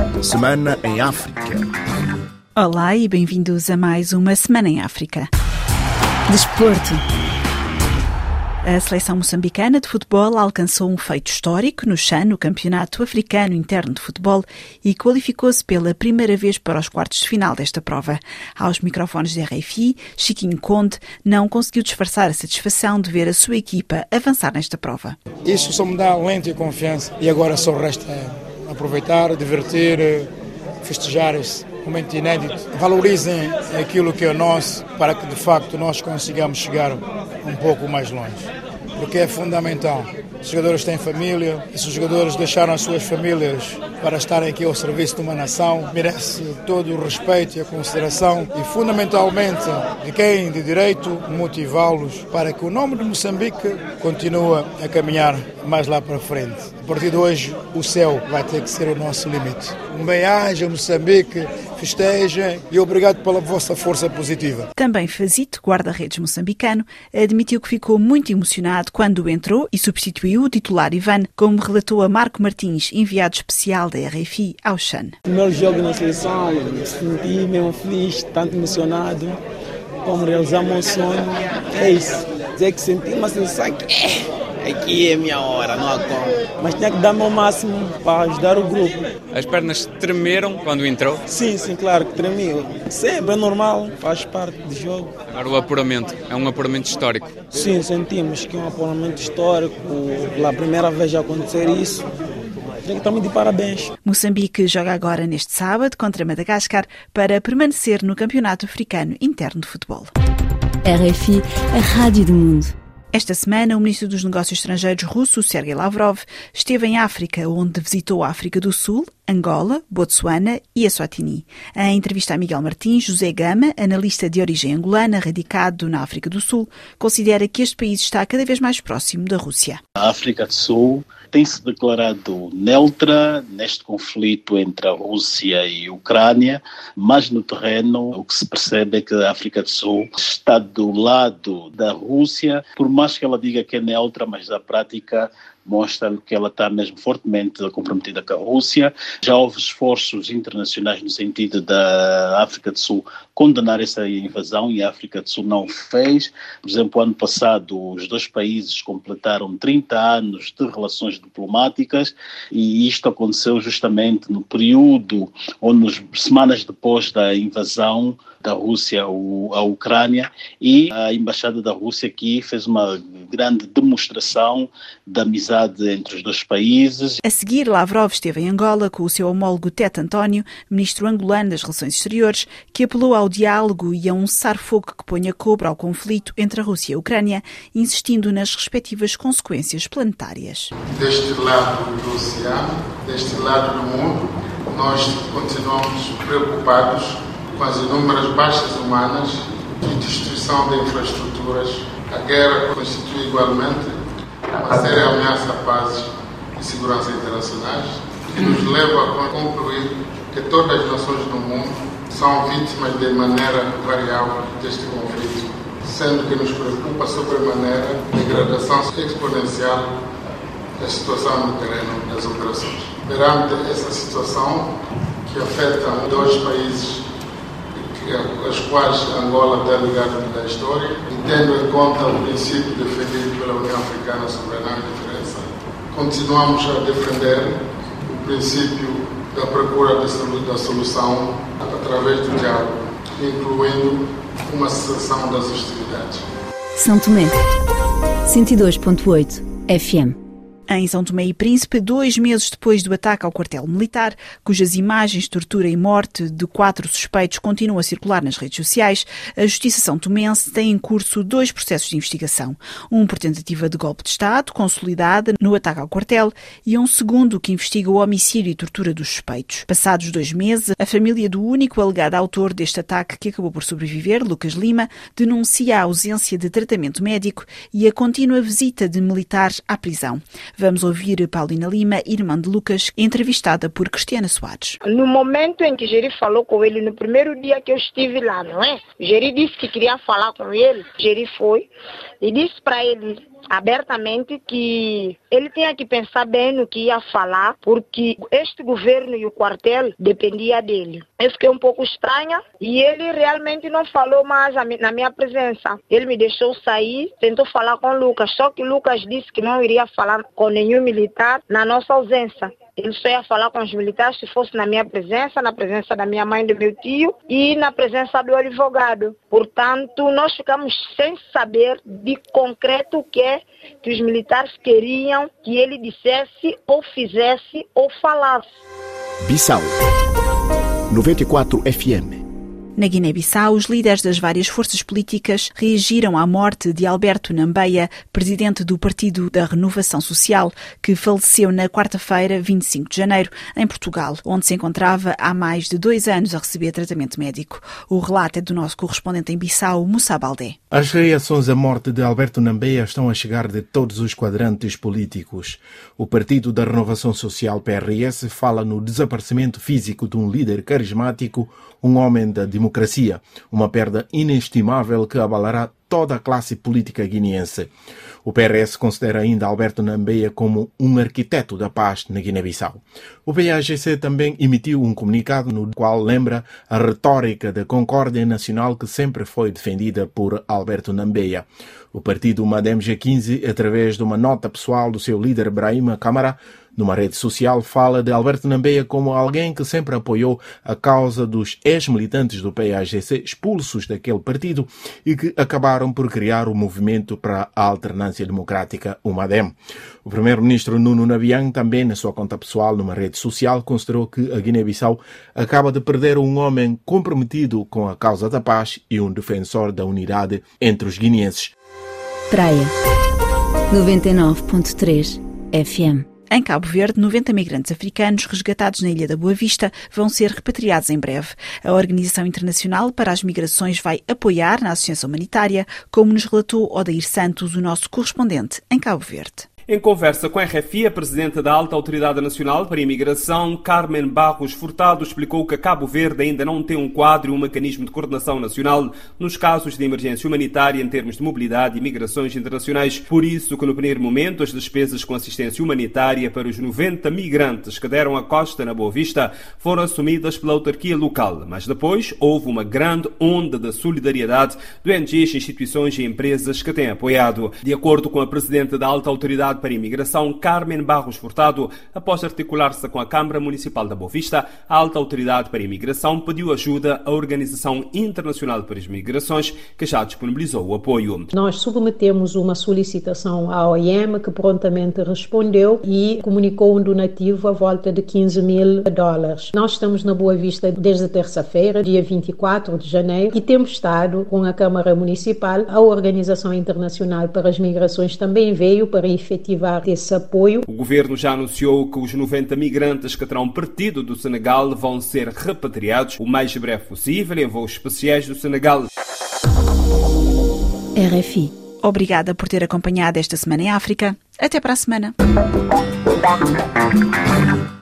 Semana em África. Olá e bem-vindos a mais uma Semana em África. Desporto. A seleção moçambicana de futebol alcançou um feito histórico no CHAN, no Campeonato Africano Interno de Futebol, e qualificou-se pela primeira vez para os quartos de final desta prova. Aos microfones da RFI, Chiquinho Conde não conseguiu disfarçar a satisfação de ver a sua equipa avançar nesta prova. Isso só me dá alento e confiança, e agora só resta aproveitar, divertir, festejar esse momento inédito. Valorizem aquilo que é nosso para que de facto nós consigamos chegar um pouco mais longe, porque é fundamental. Os jogadores têm família, esses jogadores deixaram as suas famílias para estarem aqui ao serviço de uma nação, merece todo o respeito e a consideração e fundamentalmente de quem de direito motivá-los para que o nome de Moçambique continue a caminhar mais lá para frente. A partir de hoje o céu vai ter que ser o nosso limite. Um bem-aja Moçambique, festejem e obrigado pela vossa força positiva. Também Fazito, guarda-redes moçambicano, admitiu que ficou muito emocionado quando entrou e substituiu o titular Ivan, como relatou a Marco Martins, enviado especial da RFI ao CHAN. Primeiro jogo na seleção, me senti mesmo feliz, tanto emocionado, como realizar o meu sonho. É isso, dizer que senti uma sensação que aqui é a minha hora, não há como. Mas tinha que dar o meu máximo para ajudar o grupo. As pernas tremeram quando entrou? Sim, claro que tremeu. Sempre é normal, faz parte do jogo. Agora o apuramento, é um apuramento histórico? Sim, sentimos que é um apuramento histórico, pela primeira vez a acontecer isso. Tem que estar muito de parabéns. Moçambique joga agora neste sábado contra Madagascar para permanecer no Campeonato Africano Interno de Futebol. RFI, a Rádio do Mundo. Esta semana, o ministro dos Negócios Estrangeiros russo, Sergei Lavrov, esteve em África, onde visitou a África do Sul, Angola, Botsuana e Eswatini. Em entrevista a Miguel Martins, José Gama, analista de origem angolana, radicado na África do Sul, considera que este país está cada vez mais próximo da Rússia. A África do Sul tem-se declarado neutra neste conflito entre a Rússia e a Ucrânia, mas no terreno o que se percebe é que a África do Sul está do lado da Rússia, por mais que ela diga que é neutra, mas na prática mostra que ela está mesmo fortemente comprometida com a Rússia. Já houve esforços internacionais no sentido da África do Sul condenar essa invasão e a África do Sul não o fez. Por exemplo, ano passado os dois países completaram 30 anos de relações diplomáticas e isto aconteceu justamente no período ou nas semanas depois da invasão da Rússia à Ucrânia, e a Embaixada da Rússia aqui fez uma grande demonstração da amizade entre os dois países. A seguir, Lavrov esteve em Angola com o seu homólogo Tete António, ministro angolano das Relações Exteriores, que apelou ao diálogo e a um cessar-fogo que ponha cobro ao conflito entre a Rússia e a Ucrânia, insistindo nas respectivas consequências planetárias. Deste lado do oceano, deste lado do mundo, nós continuamos preocupados com as inúmeras baixas humanas e destruição de infraestruturas. A guerra constitui igualmente uma séria ameaça à paz e segurança internacionais que nos leva a concluir que todas as nações do mundo são vítimas de maneira variável deste conflito, sendo que nos preocupa sobremaneira a degradação exponencial da situação no terreno das operações. Perante essa situação que afeta dois países as quais Angola está ligada na história, e tendo em conta o princípio defendido pela União Africana sobre a não interferência, continuamos a defender o princípio da procura da solução através do diálogo, incluindo uma cessação das hostilidades. São Tomé, 102.8 FM. Em São Tomé e Príncipe, 2 meses depois do ataque ao quartel militar, cujas imagens de tortura e morte de 4 suspeitos continuam a circular nas redes sociais, a Justiça são-tomense tem em curso 2 processos de investigação. Um por tentativa de golpe de Estado, consolidada no ataque ao quartel, e um segundo que investiga o homicídio e tortura dos suspeitos. Passados 2 meses, a família do único alegado autor deste ataque que acabou por sobreviver, Lucas Lima, denuncia a ausência de tratamento médico e a contínua visita de militares à prisão. Vamos ouvir Paulina Lima, irmã de Lucas, entrevistada por Cristiana Soares. No momento em que Geri falou com ele, no primeiro dia que eu estive lá, não é? Geri disse que queria falar com ele. Geri foi e disse para ele abertamente que ele tinha que pensar bem no que ia falar, porque este governo e o quartel dependia dele. Eu fiquei um pouco estranha e ele realmente não falou mais na minha presença. Ele me deixou sair, tentou falar com o Lucas, só que o Lucas disse que não iria falar com nenhum militar na nossa ausência. Ele só ia falar com os militares se fosse na minha presença, na presença da minha mãe e do meu tio e na presença do advogado. Portanto, nós ficamos sem saber de concreto o que é que os militares queriam que ele dissesse ou fizesse ou falasse. Bissau 94 FM. Na Guiné-Bissau, os líderes das várias forças políticas reagiram à morte de Alberto Nambeia, presidente do Partido da Renovação Social, que faleceu na quarta-feira, 25 de janeiro, em Portugal, onde se encontrava há mais de 2 anos a receber tratamento médico. O relato é do nosso correspondente em Bissau, Moussa Baldé. As reações à morte de Alberto Nambeia estão a chegar de todos os quadrantes políticos. O Partido da Renovação Social, PRS, fala no desaparecimento físico de um líder carismático, um homem da democracia, uma perda inestimável que abalará toda a classe política guineense. O PRS considera ainda Alberto Nambeia como um arquiteto da paz na Guiné-Bissau. O PAGC também emitiu um comunicado no qual lembra a retórica da concórdia nacional que sempre foi defendida por Alberto Nambeia. O partido Madem G15, através de uma nota pessoal do seu líder Brahima Camara, numa rede social, fala de Alberto Nambeia como alguém que sempre apoiou a causa dos ex-militantes do PAGC expulsos daquele partido e que acabaram por criar o movimento para a alternância democrática, o MADEM. O primeiro-ministro Nuno Nabian, também na sua conta pessoal numa rede social, considerou que a Guiné-Bissau acaba de perder um homem comprometido com a causa da paz e um defensor da unidade entre os guineenses. Praia 99.3 FM. Em Cabo Verde, 90 migrantes africanos resgatados na Ilha da Boa Vista vão ser repatriados em breve. A Organização Internacional para as Migrações vai apoiar na assistência humanitária, como nos relatou Odair Santos, o nosso correspondente em Cabo Verde. Em conversa com a RFI, a presidenta da Alta Autoridade Nacional para a Imigração, Carmen Barros Furtado, explicou que Cabo Verde ainda não tem um quadro e um mecanismo de coordenação nacional nos casos de emergência humanitária em termos de mobilidade e migrações internacionais. Por isso que no primeiro momento as despesas com assistência humanitária para os 90 migrantes que deram a costa na Boa Vista foram assumidas pela autarquia local. Mas depois houve uma grande onda de solidariedade de ONGs, instituições e empresas que têm apoiado. De acordo com a presidenta da Alta Autoridade para a Imigração, Carmen Barros Furtado, após articular-se com a Câmara Municipal da Boa Vista, a Alta Autoridade para a Imigração pediu ajuda à Organização Internacional para as Migrações, que já disponibilizou o apoio. Nós submetemos uma solicitação à OIM, que prontamente respondeu e comunicou um donativo à volta de $15 mil. Nós estamos na Boa Vista desde terça-feira, dia 24 de janeiro, e temos estado com a Câmara Municipal. A Organização Internacional para as Migrações também veio para efetivar esse apoio. O governo já anunciou que os 90 migrantes que terão partido do Senegal vão ser repatriados o mais breve possível em voos especiais do Senegal. RFI. Obrigada por ter acompanhado esta Semana em África. Até para a semana.